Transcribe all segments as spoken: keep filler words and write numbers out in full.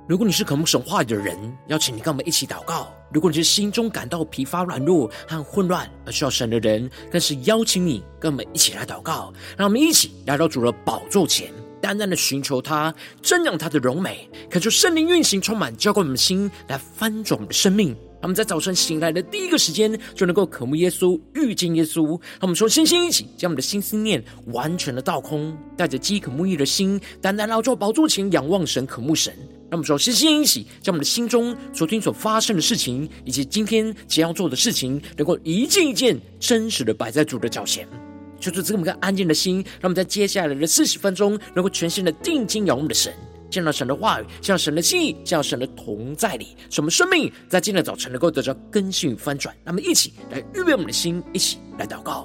如果你是渴慕神话语的人，邀请你跟我们一起祷告。如果你是心中感到疲乏软弱和混乱而需要神的人，更是邀请你跟我们一起来祷告。让我们一起来到主的宝座前，单单的寻求他，瞻仰他的荣美，恳求圣灵运行充满，浇灌我们的心，来翻转我们的生命。让我们在早晨醒来的第一个时间，就能够渴慕耶稣，遇见耶稣。让我们从身心一起，将我们的心思念完全的倒空，带着饥渴沐浴的心，单单来到宝座前仰望神，渴慕神。让我们说，身心一起，将我们的心中所听所发生的事情，以及今天即将要做的事情，能够一件一件真实的摆在主的脚前。就是这么个安静的心，让我们在接下来的四十分钟，能够全心的定睛仰望我们的神，见到神的话语，见到神的心意，见到神的同在里，使我们生命在今天的早晨能够得到更新与翻转。让我们一起来预备我们的心，一起来祷告。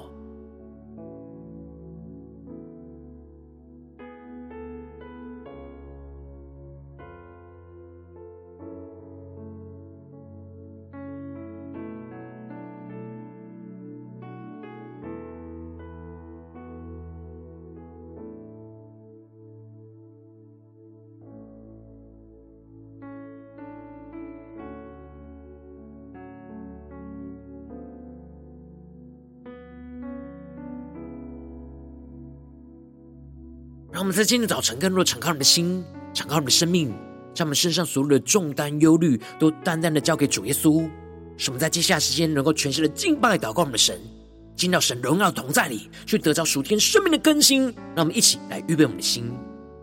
让我们在今天早晨更多敞开我们的心，敞开我们的生命，将我们身上所有的重担忧虑都单单的交给主耶稣，使我们在接下来时间能够全心的敬拜祷告我们的神，进到神荣耀同在里，去得着属天生命的更新。让我们一起来预备我们的心。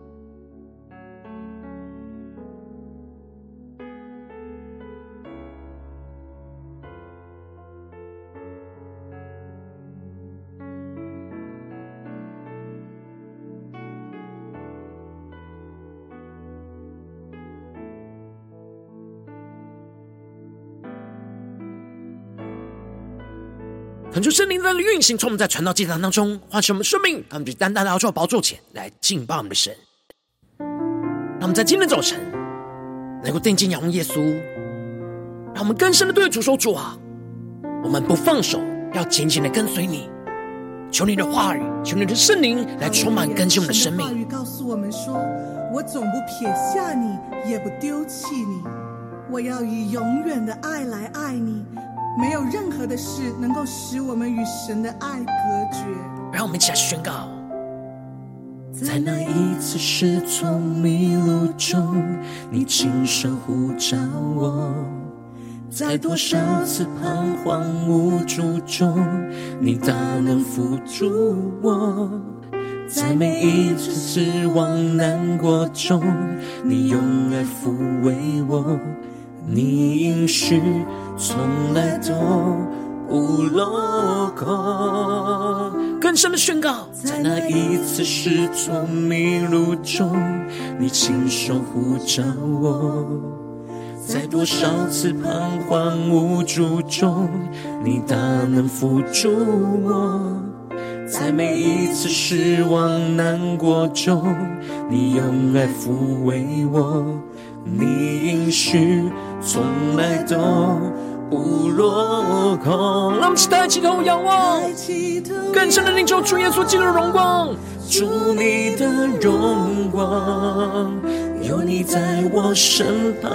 恳求圣灵在运行，从我们在传道祭坛当中唤醒我们生命，让我们就单单的到宝座前来敬拜我们的神。让我们在今天早晨能够定睛仰望耶稣，让我们更深的对主说：主啊，我们不放手，要紧紧的跟随你。求你的话语，求你的圣灵来充满更新我们的生命。 话语告诉我们说，我总不撇下你，也不丢弃你，我要以永远的爱来爱你。没有任何的事能够使我们与神的爱隔绝。 让我们一起来宣告， 在那一次失踪迷路中，你亲手呼召我；在多少次彷徨无助中，你大能扶助我；在每一次失望难过中，你用爱抚慰我。你应许从来都不落空。 更深的宣告， 在那一次失踪迷路中，你亲手呼召我；在多少次彷徨无助中，你大能扶助我；在每一次失望难过中，你用爱抚慰我。你应许从来都不落空。 让我们抬起头仰望，更深的领受主耶稣基督的荣光。 主你的荣光，有你在我身旁，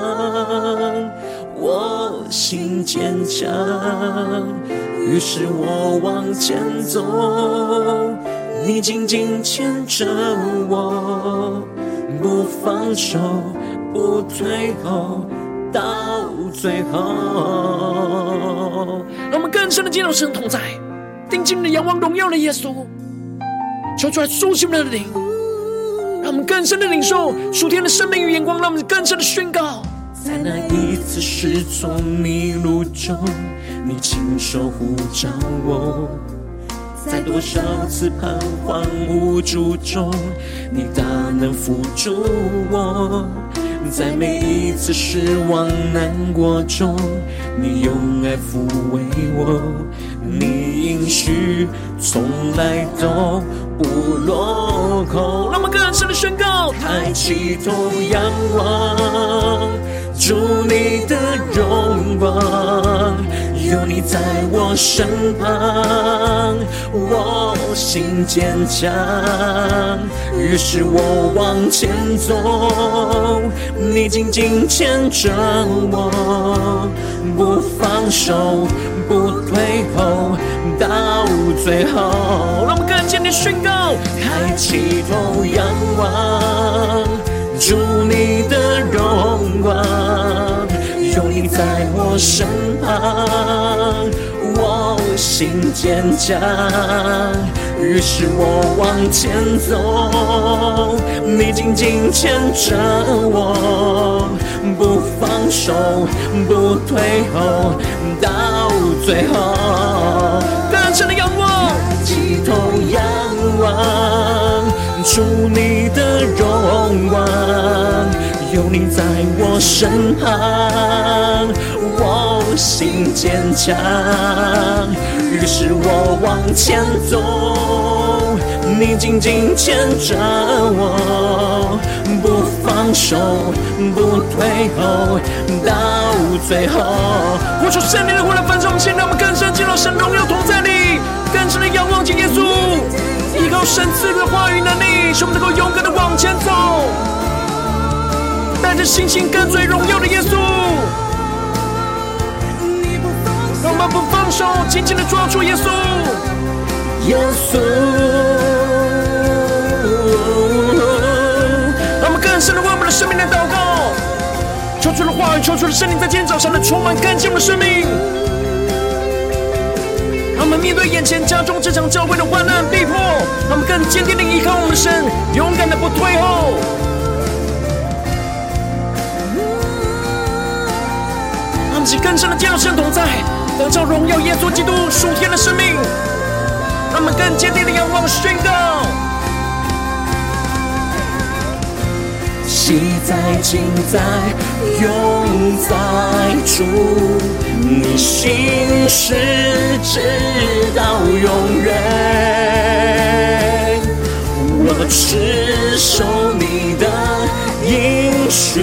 我心坚强，于是我往前走，你紧紧牵着我，不放手，不退后，到最后。 让我们更深的见到神同在，定睛的仰望荣耀的耶稣，求出来苏醒我们的灵，让我们更深的领受属天的生命与眼光。让我们更深的宣告， 在那一次失踪迷路中，你亲手呼召我；在多少次彷徨无助中，你大能扶助我；在每一次失望难过中，你用爱抚慰我。你应许从来都不落空。 让我们更深的宣告， 抬起头仰望，主你的荣光， 有你在我身旁，我心坚强，于是我往前走，你紧紧牵着我，不放手，不退后，到最后。让我们更坚定宣告，抬起头仰望，主你的荣光，有你在我身旁，我心坚强，于是我往前走，你紧紧牵着我，不放手，不退后，到最后。更深的仰望，低头仰望，主你的荣光，有你在我身旁，我心坚强，于是我往前走，你紧紧牵着我，不放手，不退后，到最后。呼求圣灵的火来焚烧我们，现在我们更深进入神荣耀同在里，更深的仰望敬耶稣，依靠神赐的话语能力，使我们能够勇敢的往前走，带着信心跟随荣耀的耶稣。让我们不放手，紧紧的抓住耶稣，耶稣。让我们更深的为我们的生命来祷告，求主的话语，求主的圣灵在今天早上的充满更新我们的生命。让我们面对眼前家中这场教会的患难逼迫，让我们更坚定的依靠我们的神，勇敢的不退后。让我们起更深的见到神同在，得着荣耀耶稣基督属天的生命。让我们更坚定的仰望宣告，喜在今在永在主，你心事直到永远，我持守你的应许，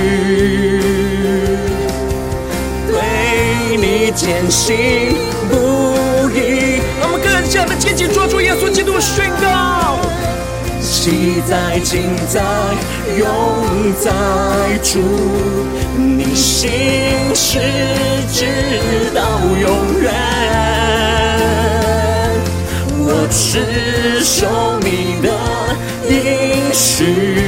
对你坚信不疑。让我们更加的紧紧抓住耶稣基督的宣告，喜在今在永在主，你心事直到永远，我持守你的应许，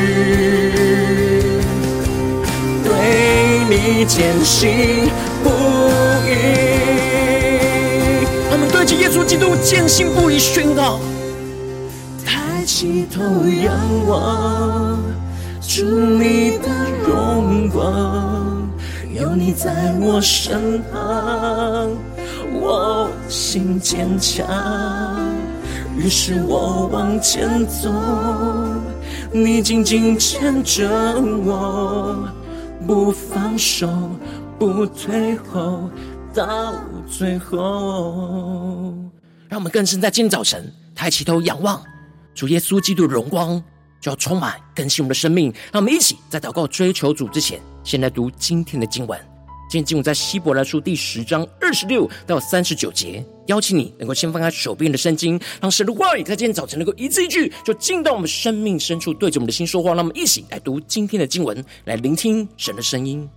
对你坚信不疑。我们对着耶稣基督坚信不疑宣告，抬起头仰望，主你的荣光，有你在我身旁，我心坚强，于是我往前走，你紧紧牵着我，不放手，不退后，到最后。让我们更深在今天早晨抬起头仰望主耶稣基督的荣光，就要充满更新我们的生命。让我们一起在祷告追求主之前，先来读今天的经文。今天经文在希伯来书第十章二十六到三十九节。邀请你能够先翻开手边的圣经，让神的话语在今天早晨能够一字一句就进到我们生命深处，对着我们的心说话。让我们一起来读今天的经文，来聆听神的声音。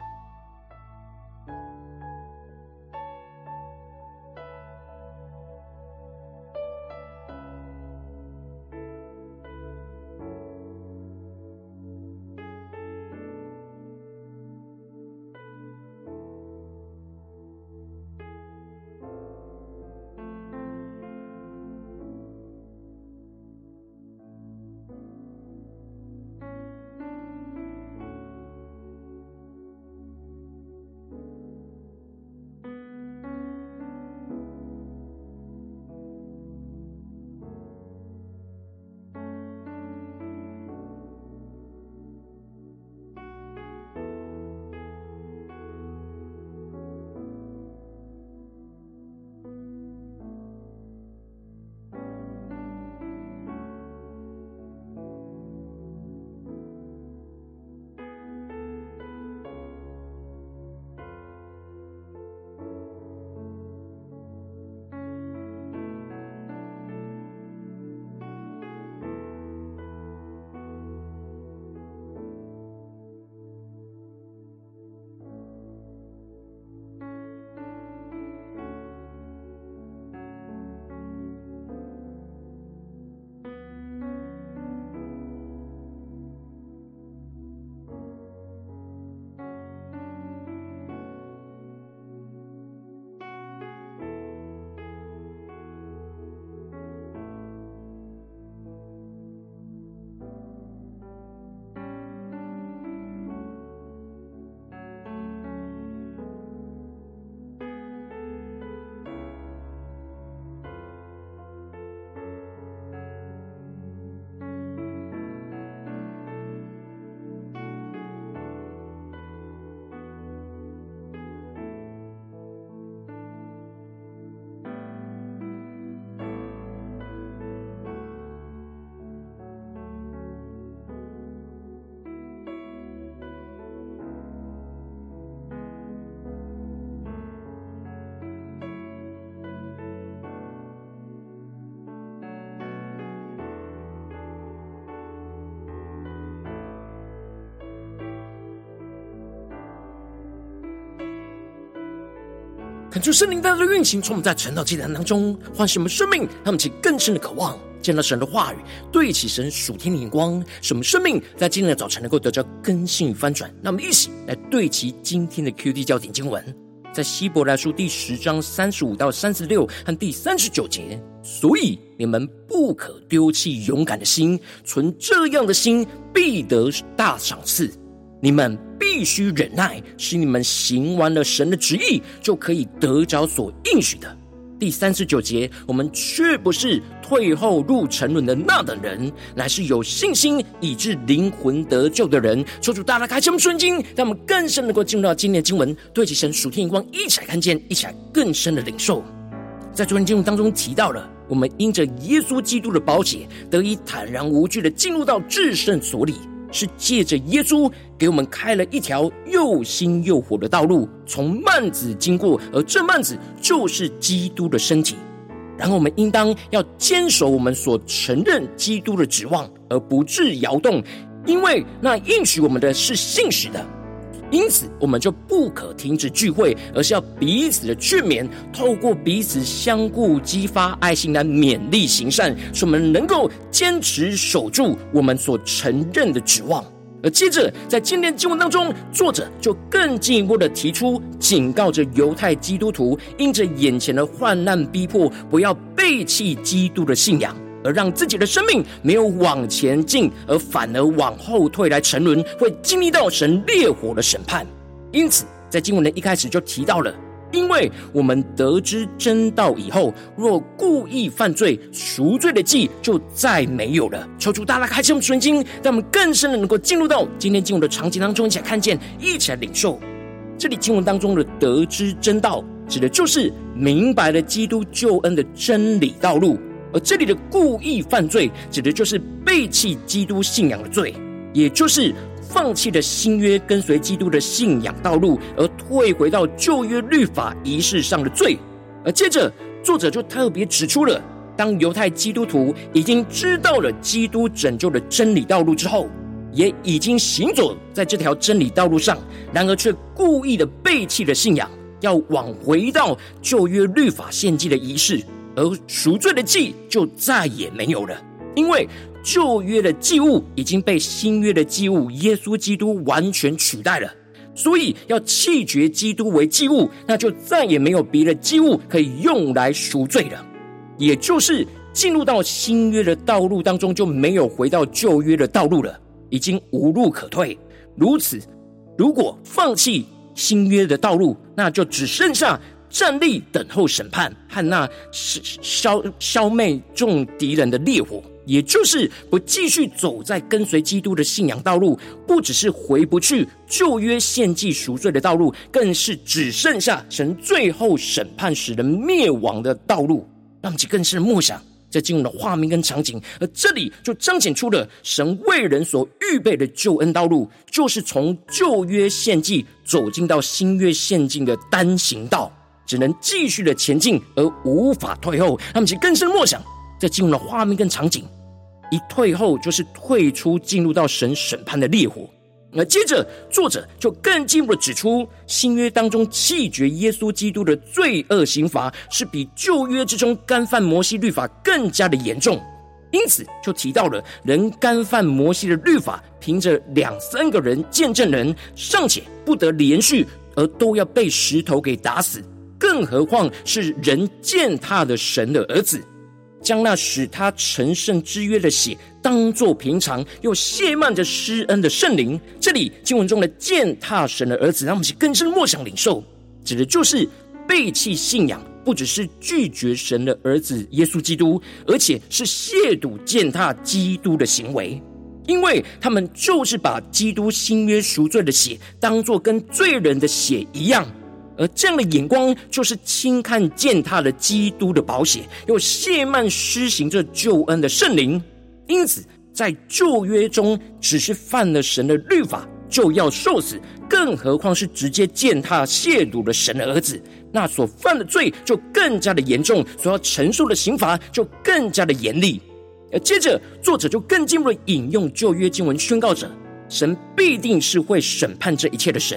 恳求圣灵大大的运行，从我们在晨祷祭坛当中唤醒我们生命，让我们起更深的渴望见到神的话语，对齐神属天的眼光，使我们生命在今天的早晨能够得到更新与翻转。那我们一起来对齐今天的 Q T 焦点经文，在希伯来书第十章三十五到三十六和第三十九节。所以你们不可丢弃勇敢的心，存这样的心必得大赏赐。你们必须忍耐，使你们行完了神的旨意，就可以得着所应许的。第三十九节，我们却不是退后入沉沦的那等人，乃是有信心以致灵魂得救的人。求主大大开启我们顺经，让我们更深能够进入到今天的经文，对其神属天眼光一起来看见，一起来更深的领受。在昨天经文当中提到了，我们因着耶稣基督的宝血，得以坦然无惧的进入到至圣所里，是借着耶稣给我们开了一条又新又活的道路，从幔子经过，而这幔子就是基督的身体。然后我们应当要坚守我们所承认基督的指望，而不致摇动，因为那应许我们的是信实的。因此我们就不可停止聚会，而是要彼此的劝勉，透过彼此相顾激发爱心来勉励行善，使我们能够坚持守住我们所承认的指望。而接着在今天经文当中，作者就更进一步的提出警告着犹太基督徒，因着眼前的患难逼迫，不要背弃基督的信仰，而让自己的生命没有往前进，而反而往后退来沉沦，会经历到神烈火的审判。因此在经文的一开始就提到了，因为我们得知真道以后，若故意犯罪，赎罪的祭就再没有了。求主大大开启我们纯经，让我们更深的能够进入到今天经文的场景当中，一起来看见，一起来领受。这里经文当中的得知真道，指的就是明白了基督救恩的真理道路，而这里的故意犯罪，指的就是背弃基督信仰的罪，也就是放弃了新约跟随基督的信仰道路，而退回到旧约律法仪式上的罪。而接着作者就特别指出了，当犹太基督徒已经知道了基督拯救的真理道路之后，也已经行走在这条真理道路上，然而却故意的背弃了信仰，要往回到旧约律法献祭的仪式，而赎罪的祭就再也没有了。因为旧约的祭物已经被新约的祭物耶稣基督完全取代了，所以要弃绝基督为祭物，那就再也没有别的祭物可以用来赎罪了。也就是进入到新约的道路当中，就没有回到旧约的道路了，已经无路可退。如此，如果放弃新约的道路，那就只剩下站立等候审判和那消消灭众敌人的烈火，也就是不继续走在跟随基督的信仰道路，不只是回不去旧约献祭赎罪的道路，更是只剩下神最后审判使人灭亡的道路。让我们更深的默想在经文的画面跟场景，而这里就彰显出了神为人所预备的救恩道路，就是从旧约献祭走进到新约献祭的单行道，只能继续的前进而无法退后。让我们更深的默想在经文的画面跟场景，一退后就是退出进入到神审判的烈火。而接着作者就更进一步的指出，新约当中弃绝耶稣基督的罪恶刑罚是比旧约之中干犯摩西律法更加的严重。因此就提到了人干犯摩西的律法，凭着两三个人见证人尚且不得连续，而都要被石头给打死，更何况是人践踏的神的儿子，将那使他成圣之约的血当作平常，又亵慢着施恩的圣灵。这里经文中的践踏神的儿子，让我们更深默想领受，指的就是背弃信仰，不只是拒绝神的儿子耶稣基督，而且是亵渎践踏基督的行为。因为他们就是把基督新约赎罪的血当作跟罪人的血一样，而这样的眼光就是轻看践踏了基督的宝血，又亵慢施行这救恩的圣灵。因此在旧约中只是犯了神的律法就要受死，更何况是直接践踏亵渎了神的儿子，那所犯的罪就更加的严重，所要承受的刑罚就更加的严厉。而接着作者就更进一步的引用旧约经文，宣告着神必定是会审判这一切的神，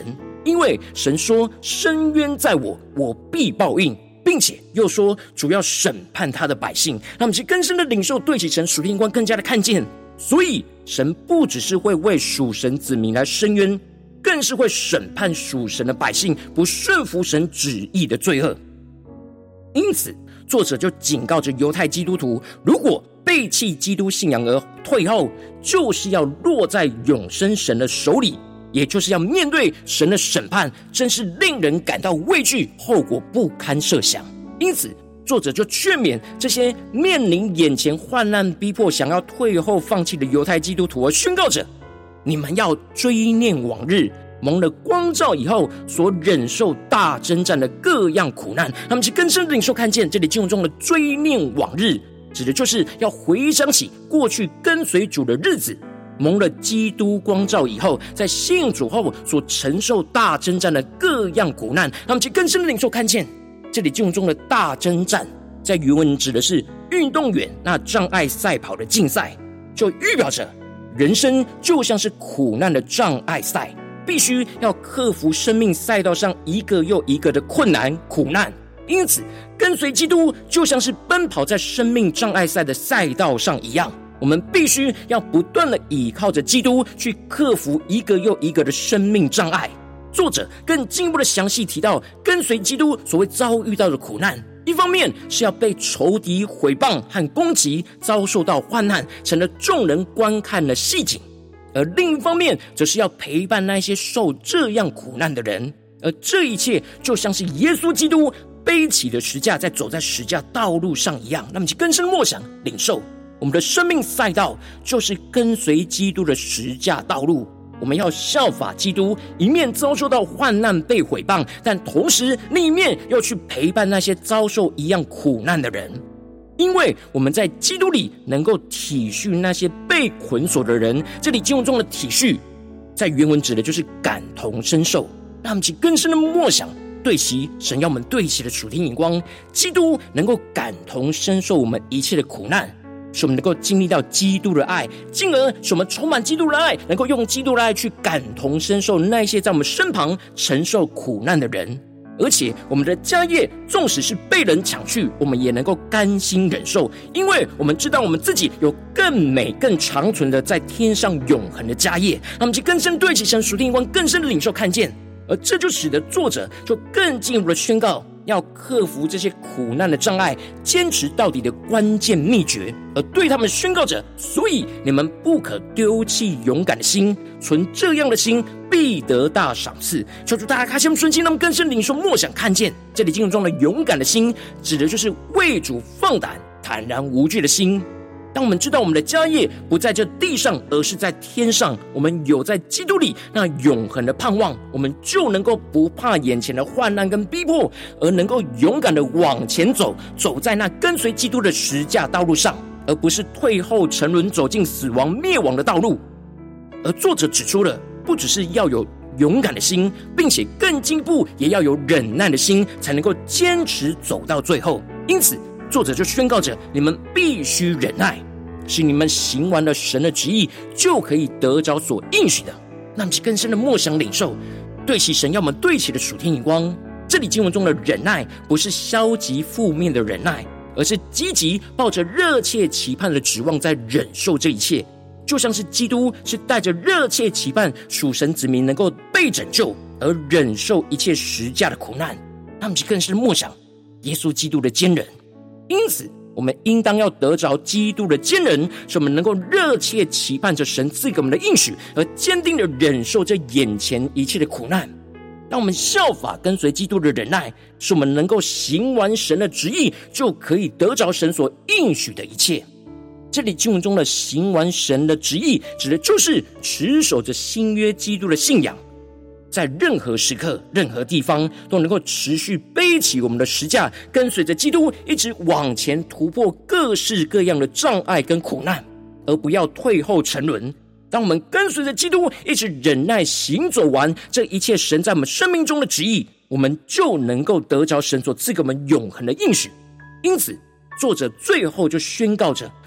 因为神说伸冤在我，我必报应，并且又说主要审判他的百姓。让我们去更深的领受，对齐神属灵光，更加的看见，所以神不只是会为属神子民来伸冤，更是会审判属神的百姓不顺服神旨意的罪恶。因此作者就警告着犹太基督徒，如果背弃基督信仰而退后，就是要落在永生神的手里，也就是要面对神的审判，真是令人感到畏惧，后果不堪设想。因此作者就劝勉这些面临眼前患难逼迫，想要退后放弃的犹太基督徒，而宣告着，你们要追念往日蒙了光照以后所忍受大征战的各样苦难。他们去更深的领受看见，这里经文中的追念往日，指的就是要回想起过去跟随主的日子，蒙了基督光照以后，在信主后所承受大征战的各样苦难。他们去更深的领受看见，这里经文中的大征战，在原文指的是运动员那障碍赛跑的竞赛，就预表着人生就像是苦难的障碍赛，必须要克服生命赛道上一个又一个的困难苦难。因此跟随基督就像是奔跑在生命障碍赛的赛道上一样，我们必须要不断的倚靠着基督去克服一个又一个的生命障碍。作者更进一步的详细提到跟随基督所会遭遇到的苦难，一方面是要被仇敌毁谤和攻击，遭受到患难，成了众人观看的戏景；而另一方面则是要陪伴那些受这样苦难的人，而这一切就像是耶稣基督背起的十架，在走在十架道路上一样。那么就更深默想领受，我们的生命赛道就是跟随基督的十架道路。我们要效法基督，一面遭受到患难被毁谤，但同时另一面又去陪伴那些遭受一样苦难的人。因为我们在基督里能够体恤那些被捆锁的人，这里经文中的体恤在原文指的就是感同身受。让我们去更深的默想，对齐神要我们对齐的属天眼光，基督能够感同身受我们一切的苦难，使我们能够经历到基督的爱，进而使我们充满基督的爱，能够用基督的爱去感同身受那些在我们身旁承受苦难的人。而且我们的家业纵使是被人抢去，我们也能够甘心忍受，因为我们知道我们自己有更美更长存的在天上永恒的家业。那么就更深对齐神属天眼光，更深的领受看见。而这就使得作者就更进一步的宣告，要克服这些苦难的障碍，坚持到底的关键秘诀，而对他们宣告着，所以你们不可丢弃勇敢的心，存这样的心必得大赏赐。求主大家开心顺心，那么更深领受默想看见，这里经文中的勇敢的心指的就是为主放胆坦然无惧的心。当我们知道我们的家业不在这地上，而是在天上，我们有在基督里那永恒的盼望，我们就能够不怕眼前的患难跟逼迫，而能够勇敢的往前走，走在那跟随基督的十架道路上，而不是退后沉沦，走进死亡灭亡的道路。而作者指出了，不只是要有勇敢的心，并且更进一步也要有忍耐的心，才能够坚持走到最后。因此作者就宣告着，你们必须忍耐，是你们行完了神的旨意，就可以得着所应许的。那么是更深的默想领受，对齐神要我们对齐的属天眼光。这里经文中的忍耐，不是消极负面的忍耐，而是积极抱着热切期盼的指望在忍受这一切，就像是基督是带着热切期盼属神子民能够被拯救，而忍受一切十架的苦难。那么是更深的默想耶稣基督的坚忍。因此我们应当要得着基督的坚忍，使我们能够热切期盼着神赐给我们的应许，而坚定的忍受这眼前一切的苦难。当我们效法跟随基督的忍耐，使我们能够行完神的旨意，就可以得着神所应许的一切。这里经文中的行完神的旨意，指的就是持守着新约基督的信仰，在任何时刻任何地方都能够持续背起我们的十架，跟随着基督一直往前突破各式各样的障碍跟苦难，而不要退后沉沦。当我们跟随着基督一直忍耐行走完这一切神在我们生命中的旨意，我们就能够得着神所赐给我们永恒的应许。因此作者最后就宣告着，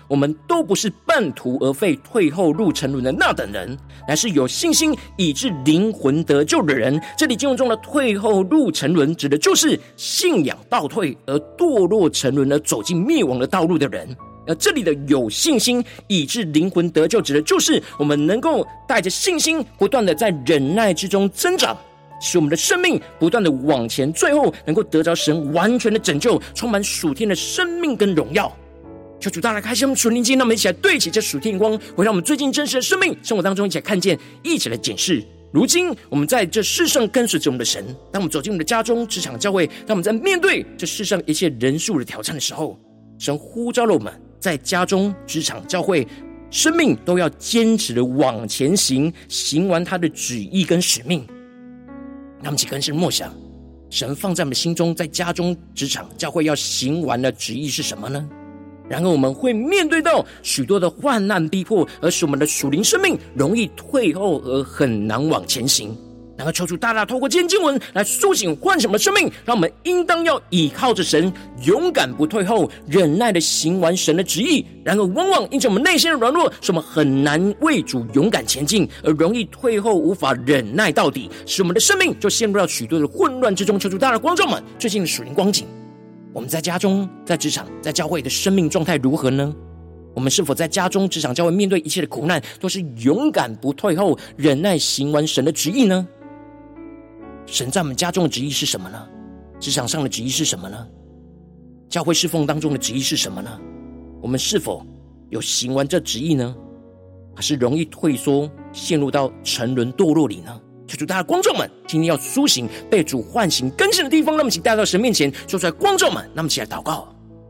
我们都不是半途而废、退后入沉沦的那等人，乃是有信心以致灵魂得救的人。这里经文中的退后入沉沦，指的就是信仰倒退而堕落沉沦而走进灭亡的道路的人。而这里的有信心以致灵魂得救，指的就是我们能够带着信心不断的在忍耐之中增长，使我们的生命不断的往前，最后能够得着神完全的拯救，充满属天的生命跟荣耀。求主大家开启我们属灵经，让我们一起来对齐这属天的光，回到我们最近真实的生命生活当中，一起来看见，一起来检视。如今我们在这世上跟随着我们的神，当我们走进我们的家中、职场、教会，当我们在面对这世上一切人数的挑战的时候，神呼召了我们在家中、职场、教会，生命都要坚持的往前行，行完他的旨意跟使命。让我们一起更深默想，神放在我们的心中，在家中、职场、教会要行完的旨意是什么呢？然而我们会面对到许多的患难逼迫，而使我们的属灵生命容易退后而很难往前行。然后求主大大透过今天经文来苏醒唤醒我们的生命，让我们应当要倚靠着神，勇敢不退后，忍耐的行完神的旨意。然而往往因着我们内心的软弱，使我们很难为主勇敢前进，而容易退后，无法忍耐到底，使我们的生命就陷入到许多的混乱之中。求主大大光照们最近的属灵光景，我们在家中、在职场、在教会的生命状态如何呢？我们是否在家中、职场、教会面对一切的苦难，都是勇敢不退后，忍耐行完神的旨意呢？神在我们家中的旨意是什么呢？职场上的旨意是什么呢？教会侍奉当中的旨意是什么呢？我们是否有行完这旨意呢？还是容易退缩，陷入到沉沦堕落里呢？求主大家光照们今天要苏醒被主唤醒更新的地方，让我们一起带到神面前，说出来光照们，让我们一起来祷告。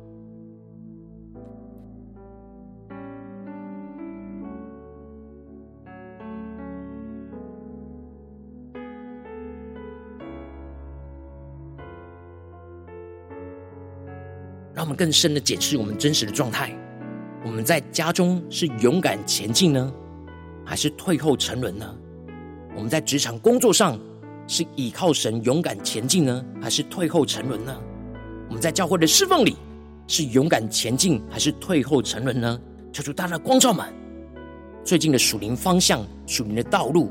让我们更深的检视我们真实的状态，我们在家中是勇敢前进呢，还是退后沉沦呢？我们在职场工作上是倚靠神勇敢前进呢，还是退后沉沦呢？我们在教会的侍奉里是勇敢前进，还是退后沉沦呢？求主大大光照们最近的属灵方向、属灵的道路。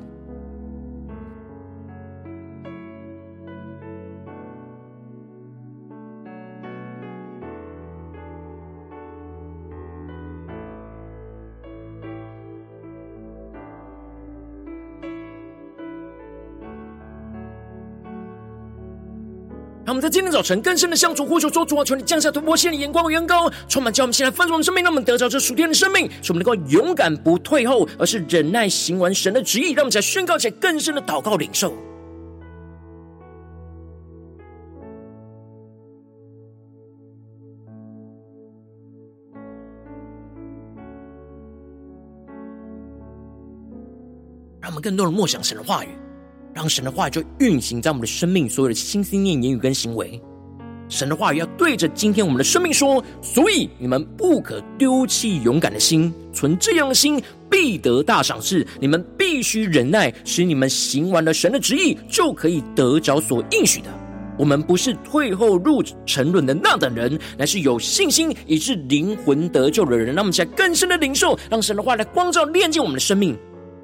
让我们在今天早晨更深的向主呼求说，主啊，求你降下突破线的眼光和眼高，充满叫我们现在翻转我们生命，让我们得着这属天的生命，使我们能够勇敢不退后，而是忍耐行完神的旨意。让我们在宣告起来更深的祷告领受。让我们更多人默想神的话语，让神的话语就运行在我们的生命所有的心思念言语跟行为。神的话语要对着今天我们的生命说，所以你们不可丢弃勇敢的心，存这样的心必得大赏赐。你们必须忍耐，使你们行完了神的旨意，就可以得着所应许的。我们不是退后入沉沦的那等人，乃是有信心以致灵魂得救的人。让我们起来更深的领受，让神的话来光照炼净我们的生命。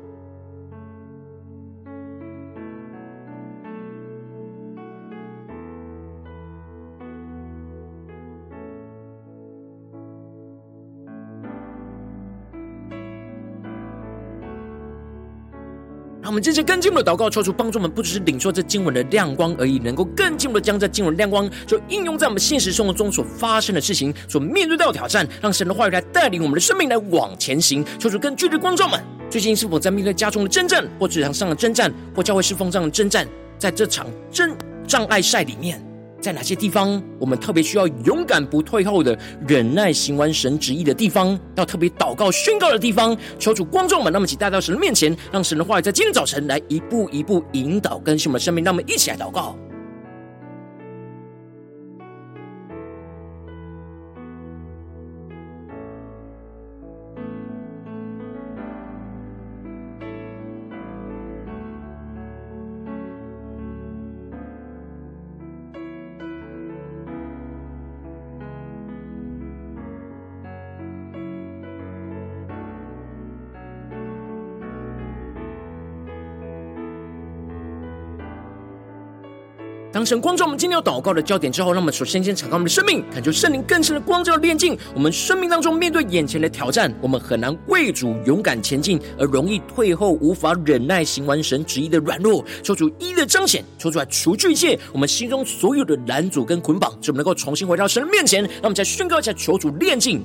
让我们接着更进一步的祷告，求主帮助我们，不只是领受这经文的亮光而已，能够更进一步的将这经文的亮光就应用在我们现实生活中所发生的事情，所面对到的挑战，让神的话语来带领我们的生命来往前行。求主更具体的光照们，最近是否在面对家中的征战，或职场上的征战，或教会侍奉上的征战，在这场征障碍赛里面，在哪些地方我们特别需要勇敢不退后的忍耐行完神旨意的地方，要特别祷告宣告的地方，求主光照我们，让我们一起带到神的面前，让神的话语在今天早晨来一步一步引导更新我们的生命。让我们一起来祷告。 当神光照我们今天要祷告的焦点之后，让我们首先先敞开我们的生命，恳求圣灵更深的光照炼净我们生命当中面对眼前的挑战，我们很难为主勇敢前进，而容易退后，无法忍耐行完神旨意的软弱。求主一一的彰显，求主来除去一切我们心中所有的拦阻跟捆绑，使我们能够重新回到神的面前。让我们再宣告一下，求主炼净。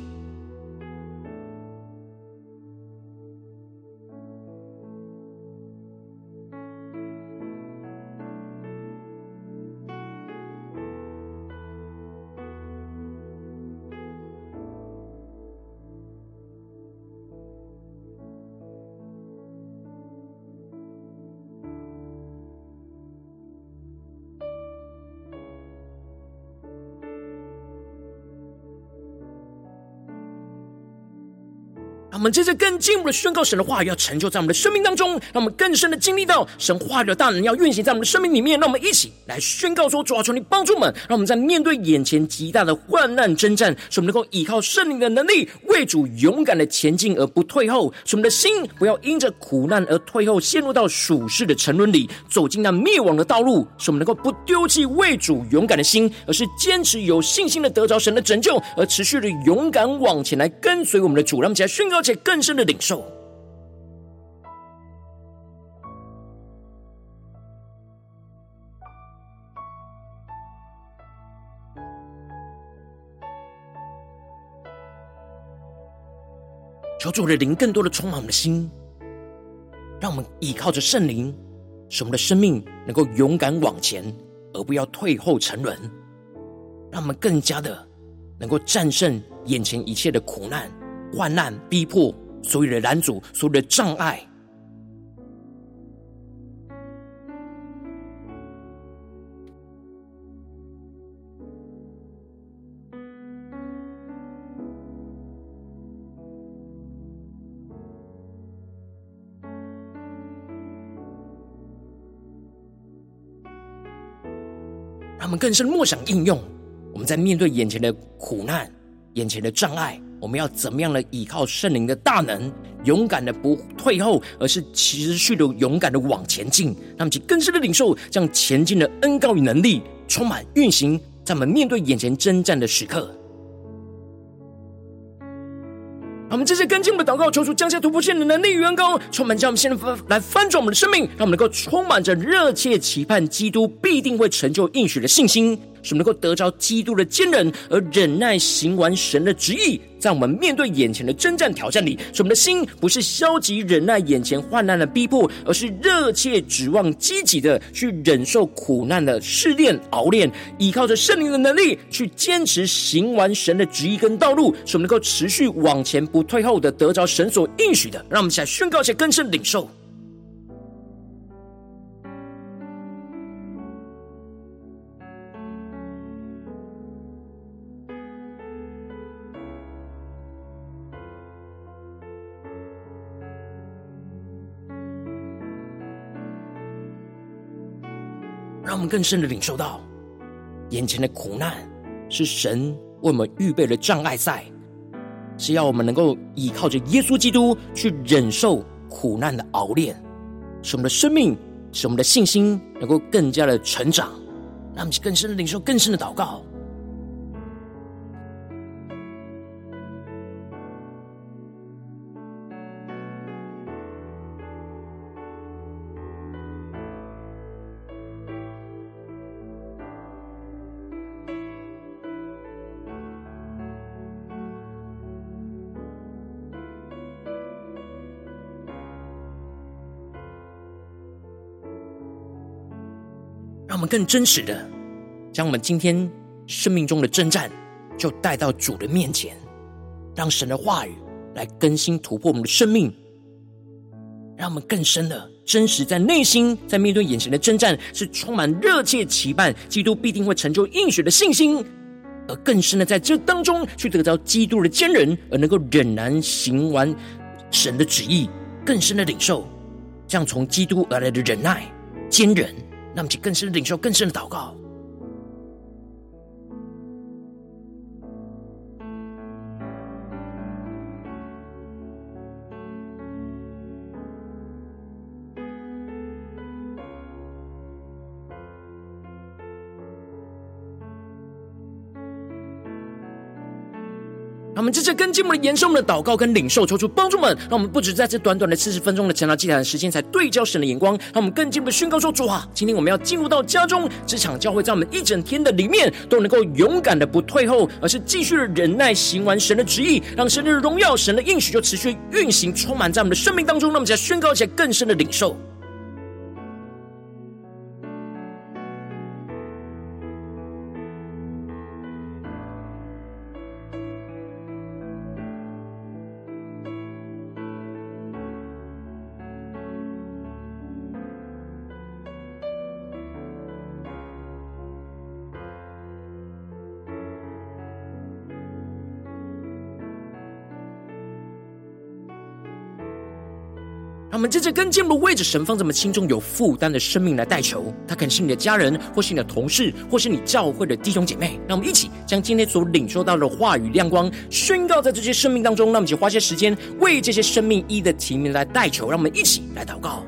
让我们接着更进一步的宣告神的话语要成就在我们的生命当中，让我们更深的经历到神话语的大能要运行在我们的生命里面。让我们一起来宣告说，主啊，求你帮助我们，让我们在面对眼前极大的患难征战，使我们能够依靠圣灵的能力，为主勇敢的前进而不退后，使我们的心不要因着苦难而退后，陷入到属世的沉沦里，走进那灭亡的道路。使我们能够不丢弃为主勇敢的心，而是坚持有信心的得着神的拯救，而持续的勇敢往前来跟随我们的主。让我们一起来宣告且更深的领受。求主的灵更多的充满我们的心，让我们依靠着圣灵，使我们的生命能够勇敢往前，而不要退后沉沦。让我们更加的能够战胜眼前一切的苦难、患难、逼迫，所有的拦阻，所有的障碍。让我们更深默想应用，我们在面对眼前的苦难、眼前的障碍，我们要怎么样的依靠圣灵的大能，勇敢的不退后，而是持续的勇敢的往前进。让我们去更深的领受这样前进的恩膏与能力，充满运行在我们面对眼前征战的时刻。我们这些跟进我们的祷告，求主降下突破性的能力与恩膏，充满将我们现在来翻转我们的生命，让我们能够充满着热切期盼基督必定会成就应许的信心，使我们能够得着基督的坚韧，而忍耐行完神的旨意。在我们面对眼前的征战挑战里，使我们的心不是消极忍耐眼前患难的逼迫，而是热切指望积极的去忍受苦难的试炼熬炼，依靠着圣灵的能力去坚持行完神的旨意跟道路，使我们能够持续往前不退后的得着神所应许的。让我们一起来宣告，一些更深领受。让我们更深的领受到，眼前的苦难是神为我们预备的障碍赛，是要我们能够依靠着耶稣基督去忍受苦难的熬炼，使我们的生命，使我们的信心能够更加的成长。让我们更深的领受，更深的祷告。让我们更真实的将我们今天生命中的征战就带到主的面前，让神的话语来更新突破我们的生命，让我们更深的真实在内心，在面对眼前的征战是充满热切期盼基督必定会成就应许的信心，而更深的在这当中去得到基督的坚韧，而能够忍然行完神的旨意，更深的领受这样从基督而来的忍耐坚忍。让我们去更深的领受，更深的祷告。 让我们接着跟进我们的延伸，我们的祷告跟领受，抽出帮助们，让我们不止在这短短的四十分钟的晨祷祭坛的时间，才对焦神的眼光，让我们更进一步的宣告说：主啊，今天我们要进入到家中、职场、教会，在我们一整天的里面，都能够勇敢的不退后，而是继续的忍耐，行完神的旨意，让神的荣耀、神的应许就持续运行，充满在我们的生命当中。让我们再宣告起来更深的领受。让我们接着跟进步为着神放在我们心中有负担的生命来代求，他可能是你的家人，或是你的同事，或是你教会的弟兄姐妹。让我们一起将今天所领受到的话语亮光宣告在这些生命当中，让我们一起花些时间为这些生命一的提名来代求。让我们一起来祷告。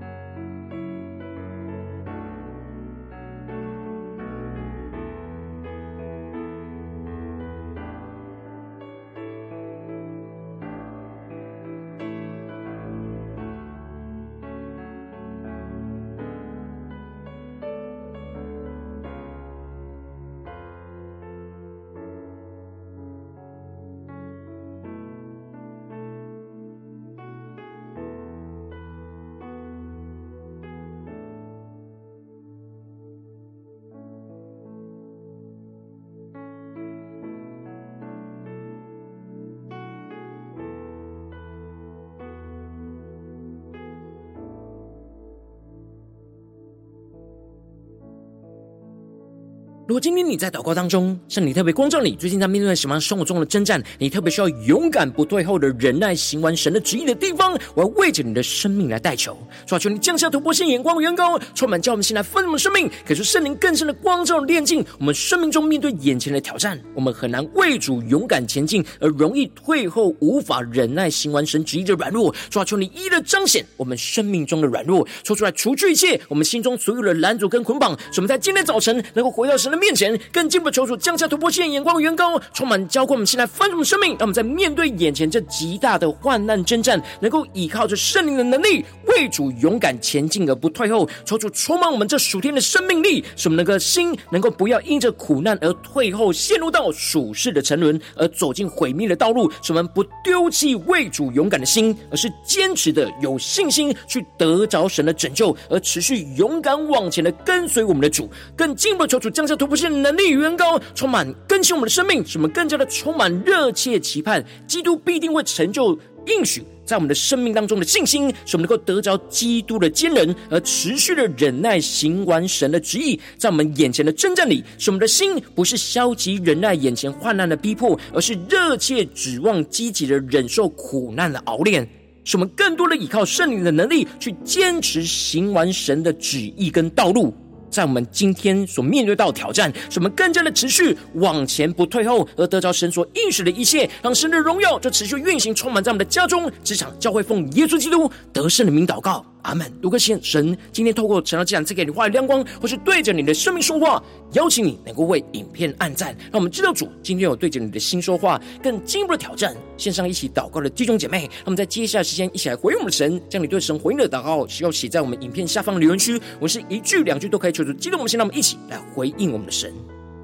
如果今天你在祷告当中，圣灵特别光照你，最近在面对什么样生活中的征战，你特别需要勇敢不退后的忍耐，行完神的旨意的地方，我要为着你的生命来代求。主啊，求你降下突破性眼光的远高，充满叫我们心来分我们生命，给出圣灵更深的光照炼净我们生命中面对眼前的挑战。我们很难为主勇敢前进，而容易退后，无法忍耐行完神旨意的软弱。主啊，求你一一的彰显我们生命中的软弱，说出来除去一切我们心中所有的拦阻跟捆绑，使我们在今天早晨能够回到神的面前，更进一步求主降下突破性眼光的远高，充满浇灌我们现在翻转我们生命，让我们在面对眼前这极大的患难征战，能够依靠着圣灵的能力，为主勇敢前进而不退后。求主充满我们这属天的生命力，使我们能够心能够不要因着苦难而退后，陷入到属世的沉沦，而走进毁灭的道路。使我们不丢弃为主勇敢的心，而是坚持的有信心去得着神的拯救，而持续勇敢往前的跟随我们的主。更进一步求主降下突破性的能力与恩膏，充满更新我们的生命，使我们更加的充满热切期盼基督必定会成就应许在我们的生命当中的信心，使我们能够得着基督的坚韧，而持续的忍耐行完神的旨意，在我们眼前的征战里，使我们的心不是消极忍耐眼前患难的逼迫，而是热切指望积极的忍受苦难的熬炼，使我们更多的依靠圣灵的能力去坚持行完神的旨意跟道路。在我们今天所面对到的挑战，使我们更加的持续往前不退后，而得着神所应许的一切，让神的荣耀就持续运行充满在我们的家中、职场、教会，奉耶稣基督得胜的名祷告，阿们。如果神今天透过晨祷祭坛赐给你话语亮光，或是对着你的生命说话，邀请你能够为影片按赞，让我们知道主今天有对着你的心说话，更进一步的挑战。线上一起祷告的弟兄姐妹，让我们在接下来的时间一起来回应我们的神，将你对神回应的祷告需要写在我们影片下方的留言区，我们是一句两句都可以求主激动我们心，让我们一起来回应我们的神。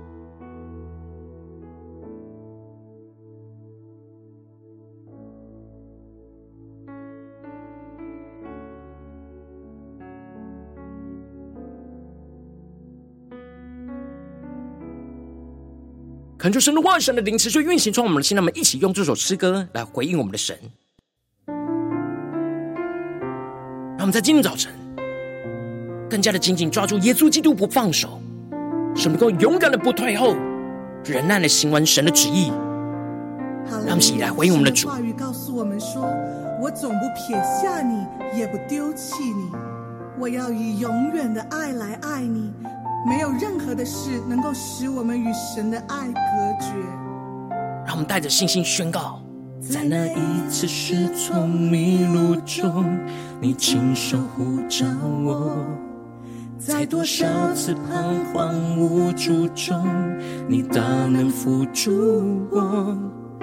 恳求神的话语、神的灵持续运行从我们的心，让我们一起用这首诗歌来回应我们的神。让我们在今天早晨更加的紧紧抓住耶稣基督不放手，使我们能够勇敢的不退后，忍耐的行完神的旨意。让我们一起来回应我们的主。 话语告诉我们说，我总不撇下你，也不丢弃你，我要以永远的爱来爱你，没有任何的事能够使我们与神的爱隔绝。 让我们带着信心宣告， 在那一次失聪迷路中，你亲手护照我；在多少次彷徨无助中，你大能扶助我；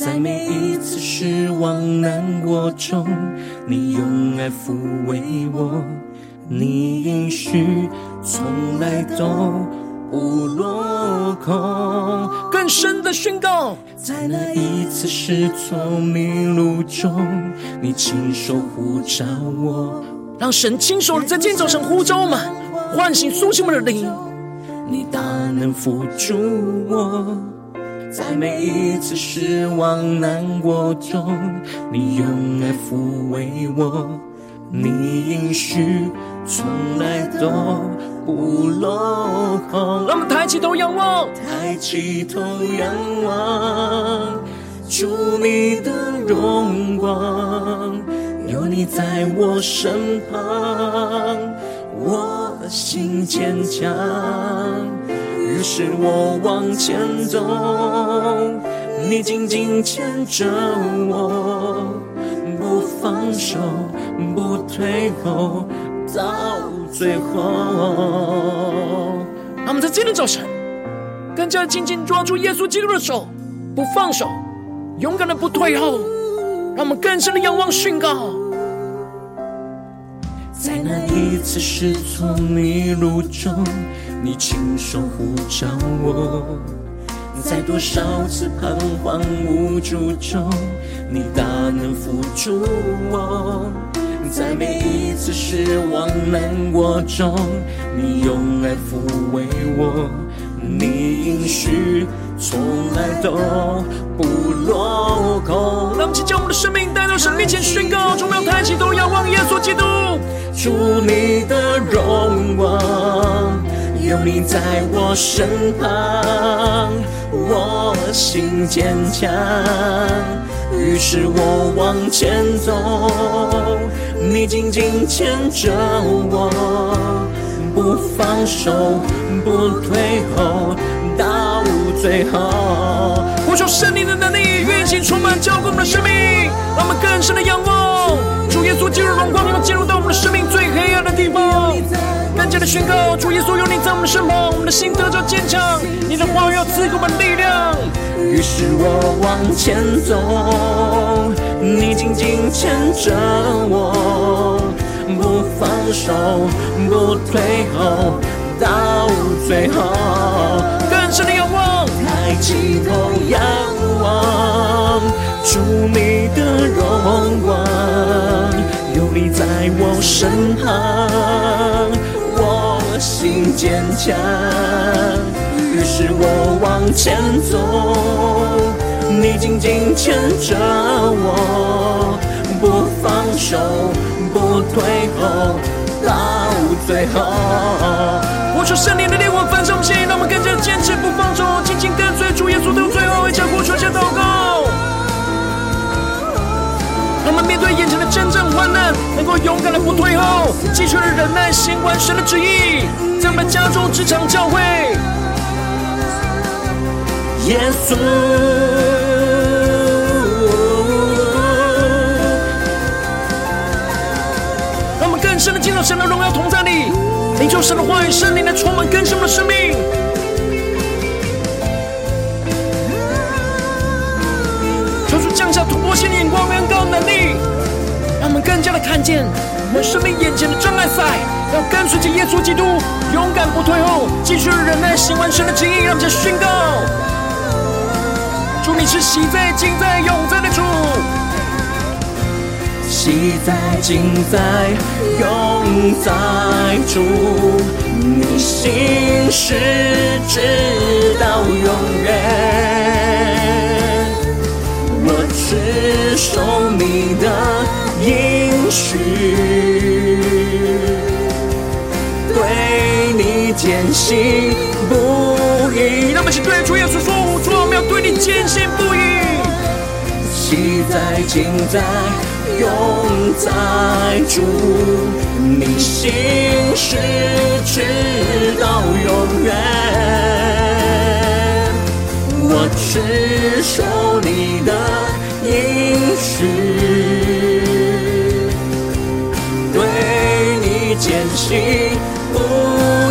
在每一次失望难过中，你用爱抚慰我，你应许从来都不落空。 更深的宣告， 在那一次失措迷路中，你亲手呼召我， 让神亲手在今天早晨呼召我们，唤醒苏醒我们的灵。 你大能扶助我，在每一次失望难过中，你用爱抚慰我，你应许从来都不落空。 让我们抬起头仰望， 抬起头仰望，主你的荣光，有你在我身旁，我心坚强，于是我往前走，你紧紧牵着我，不放手，不退后，到最后。 让我们在今天早晨更加紧紧抓住耶稣基督的手，不放手，勇敢的不退后。让我们更深的仰望宣告， 在那一次失措迷路中，你亲手呼召我，在多少次彷徨无助中，你大能扶助我，在每一次失望难过中，你用爱抚慰我，你应许从来都不落空。 让我们请将我们的生命带到神面前宣告，众人抬起头仰望耶稣基督， 主你的荣光，有你在我身旁，我心坚强，于是我往前走，你紧紧牵着我，不放手，不退后，到最后。 呼求圣灵的能力运行充满浇灌我们的生命，让我们更深的仰望主耶稣基督的荣光，要进入到我们的生命最黑暗的地方，更加的宣告主耶稣有你在我们的身旁，我们的心得着坚强，你的话语要赐给我们力量。 于是我往前走，你紧紧牵着我，不放手，不退后，到最后。 更深的仰望， 抬起头仰望，主你的荣光，有你在我身旁，我心坚强，于是我往前走，你紧紧牵着我，不放手，不退后，到最后。 呼求圣灵的烈火焚烧我们心，让我们更加坚持不放手，紧紧跟随主耶稣到最后。一起呼求，一起祷告，让我们面对眼前的真正患难，能够勇敢的不退后，继续的忍耐，行完神的旨意，在我们家中、职场、教会。 耶稣， 让我们更深的进入神的荣耀同在里，领受神的话语，圣灵的充满更新我们的生命。求主降下突破性的眼光、恩膏能力，让我们更加的看见我们生命眼前的障碍赛，要跟随着耶稣基督，勇敢不退后，继续忍耐，行完神的旨意。让我们再宣告：主，你是喜在、今在、永在的主。 喜在、今在、永在主，你心事直到永远。我持守你的应许，对你坚信不疑。 让我们一起对主耶稣说：主，我们要对你坚信不疑。 喜在、今在、永在主，你心事直到永远。我持守你的应许，对你坚信不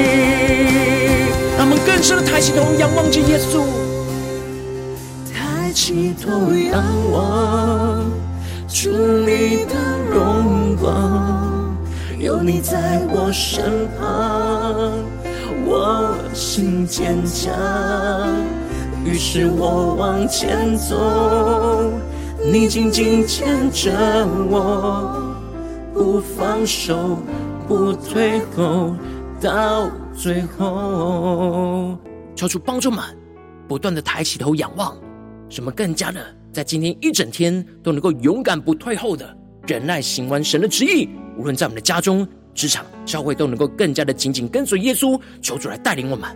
疑。 让我们更深的抬起头，仰望着耶稣。 抬起头仰望，主你的荣光，有你在我身旁，我心坚强，于是我往前走，你紧紧牵着我，不放手，不退后，到最后。 求主帮助们不断的抬起头仰望，使我们更加的在今天一整天都能够勇敢不退后的忍耐行完神的旨意，无论在我们的家中、职场、教会，都能够更加的紧紧跟随耶稣。求主来带领我们。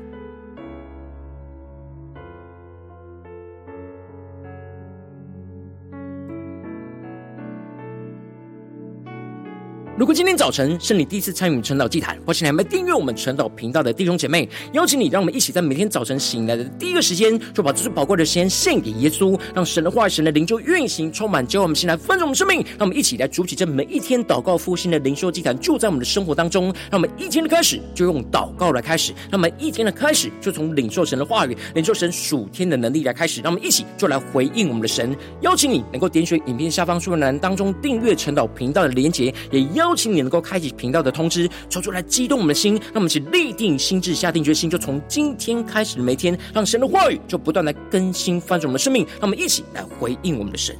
如果今天早晨是你第一次参与晨祷祭坛，或是你还没订阅我们晨祷频道的弟兄姐妹，邀请你让我们一起在每天早晨醒来的第一个时间，就把这最宝贵的时间献给耶稣，让神的话语、神的灵就运行充满，浇灌我们心来，分盛我们生命。让我们一起来筑起这每一天祷告复兴的灵修祭坛，就在我们的生活当中。让我们一天的开始就用祷告来开始，让我们一天的开始就从领受神的话语、领受神属天的能力来开始。让我们一起就来回应我们的神。邀请你能够点选影片下方说明栏当中订阅晨祷频道的连结，也邀请你能够开启频道的通知，求主来激动我们的心，让我们一起立定心志，下定决心，就从今天开始的每天，让神的话语就不断来更新翻转我们的生命。让我们一起来回应我们的神。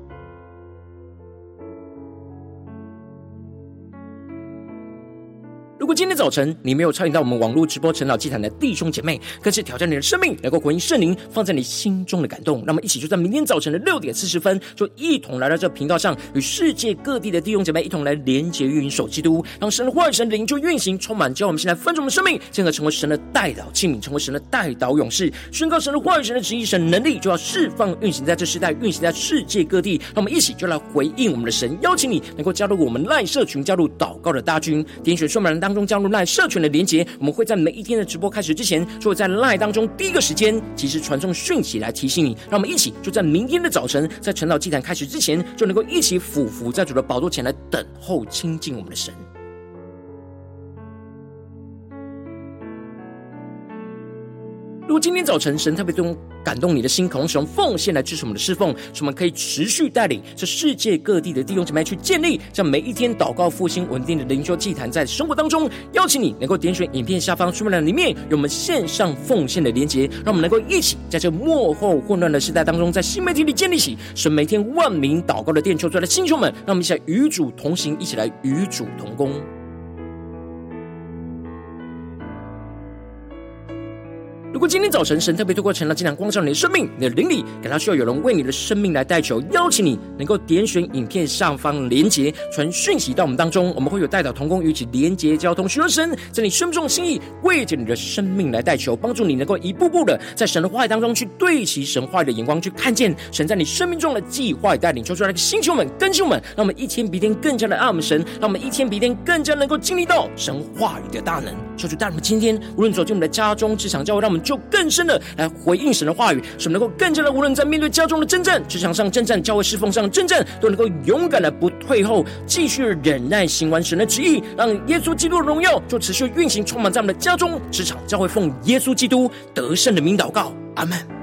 如果今天早晨你没有参与到我们网络直播晨祷祭坛的弟兄姐妹，更是挑战你的生命，能够回应圣灵放在你心中的感动。让我们一起就在明天早晨的六点四十分，就一同来到这频道上，与世界各地的弟兄姐妹一同来连结运守基督，让神的话语、神的灵就运行充满，叫我们现在分盛我们的生命，进而成为神的代祷器皿，成为神的代祷勇士，宣告神的话语、神的旨意、神的能力就要释放运行在这世代，运行在世界各地。让我们一起就来回应我们的神。邀请你能够加入我们 LINE 社群，加入祷告的大军，点选说明栏当中加入 LINE 社群的连结，我们会在每一天的直播开始之前，就会在 LINE 当中第一个时间及时传送讯息来提醒你。让我们一起就在明天的早晨，在晨祷祭坛开始之前，就能够一起俯伏在主的宝座前来等候亲近我们的神。如果今天早晨神特别动感动你的心，渴望使用奉献来支持我们的侍奉，使我们可以持续带领这世界各地的弟兄姐妹去建立这样每一天祷告复兴稳定的灵修祭坛，在生活当中。邀请你能够点选影片下方说明栏里面有我们线上奉献的连结，让我们能够一起在这末后混乱的时代当中，在新媒体里建立起神每天万名祷告的殿。求主的弟兄们，让我们一起来与主同行，一起来与主同工。如果今天早晨神特别透过晨祷祭坛光照你的生命，你的灵里感到需要有人为你的生命来代求，邀请你能够点选影片上方连结，传讯息到我们当中，我们会有代祷同工与其连结交通，寻求神在你生命中的心意，为着你的生命来代求，帮助你能够一步步的在神的话语当中去对齐神话语的眼光，去看见神在你生命中的计划与带领。求出来的星球们、更新我们，让我们一天比一天更加的爱我们神，让我们一天比一天更加能够经历到神话语的大能。求主带我们今天无论走进我们的家中、职场、教会，让我们就更深的来回应神的话语，使我们能够更加的无论在面对家中的征战、职场上征战、教会侍奉上征战，都能够勇敢的不退后，继续忍耐行完神的旨意，让耶稣基督的荣耀就持续运行充满在我们的家中、职场、教会，奉耶稣基督得胜的名祷告，阿们。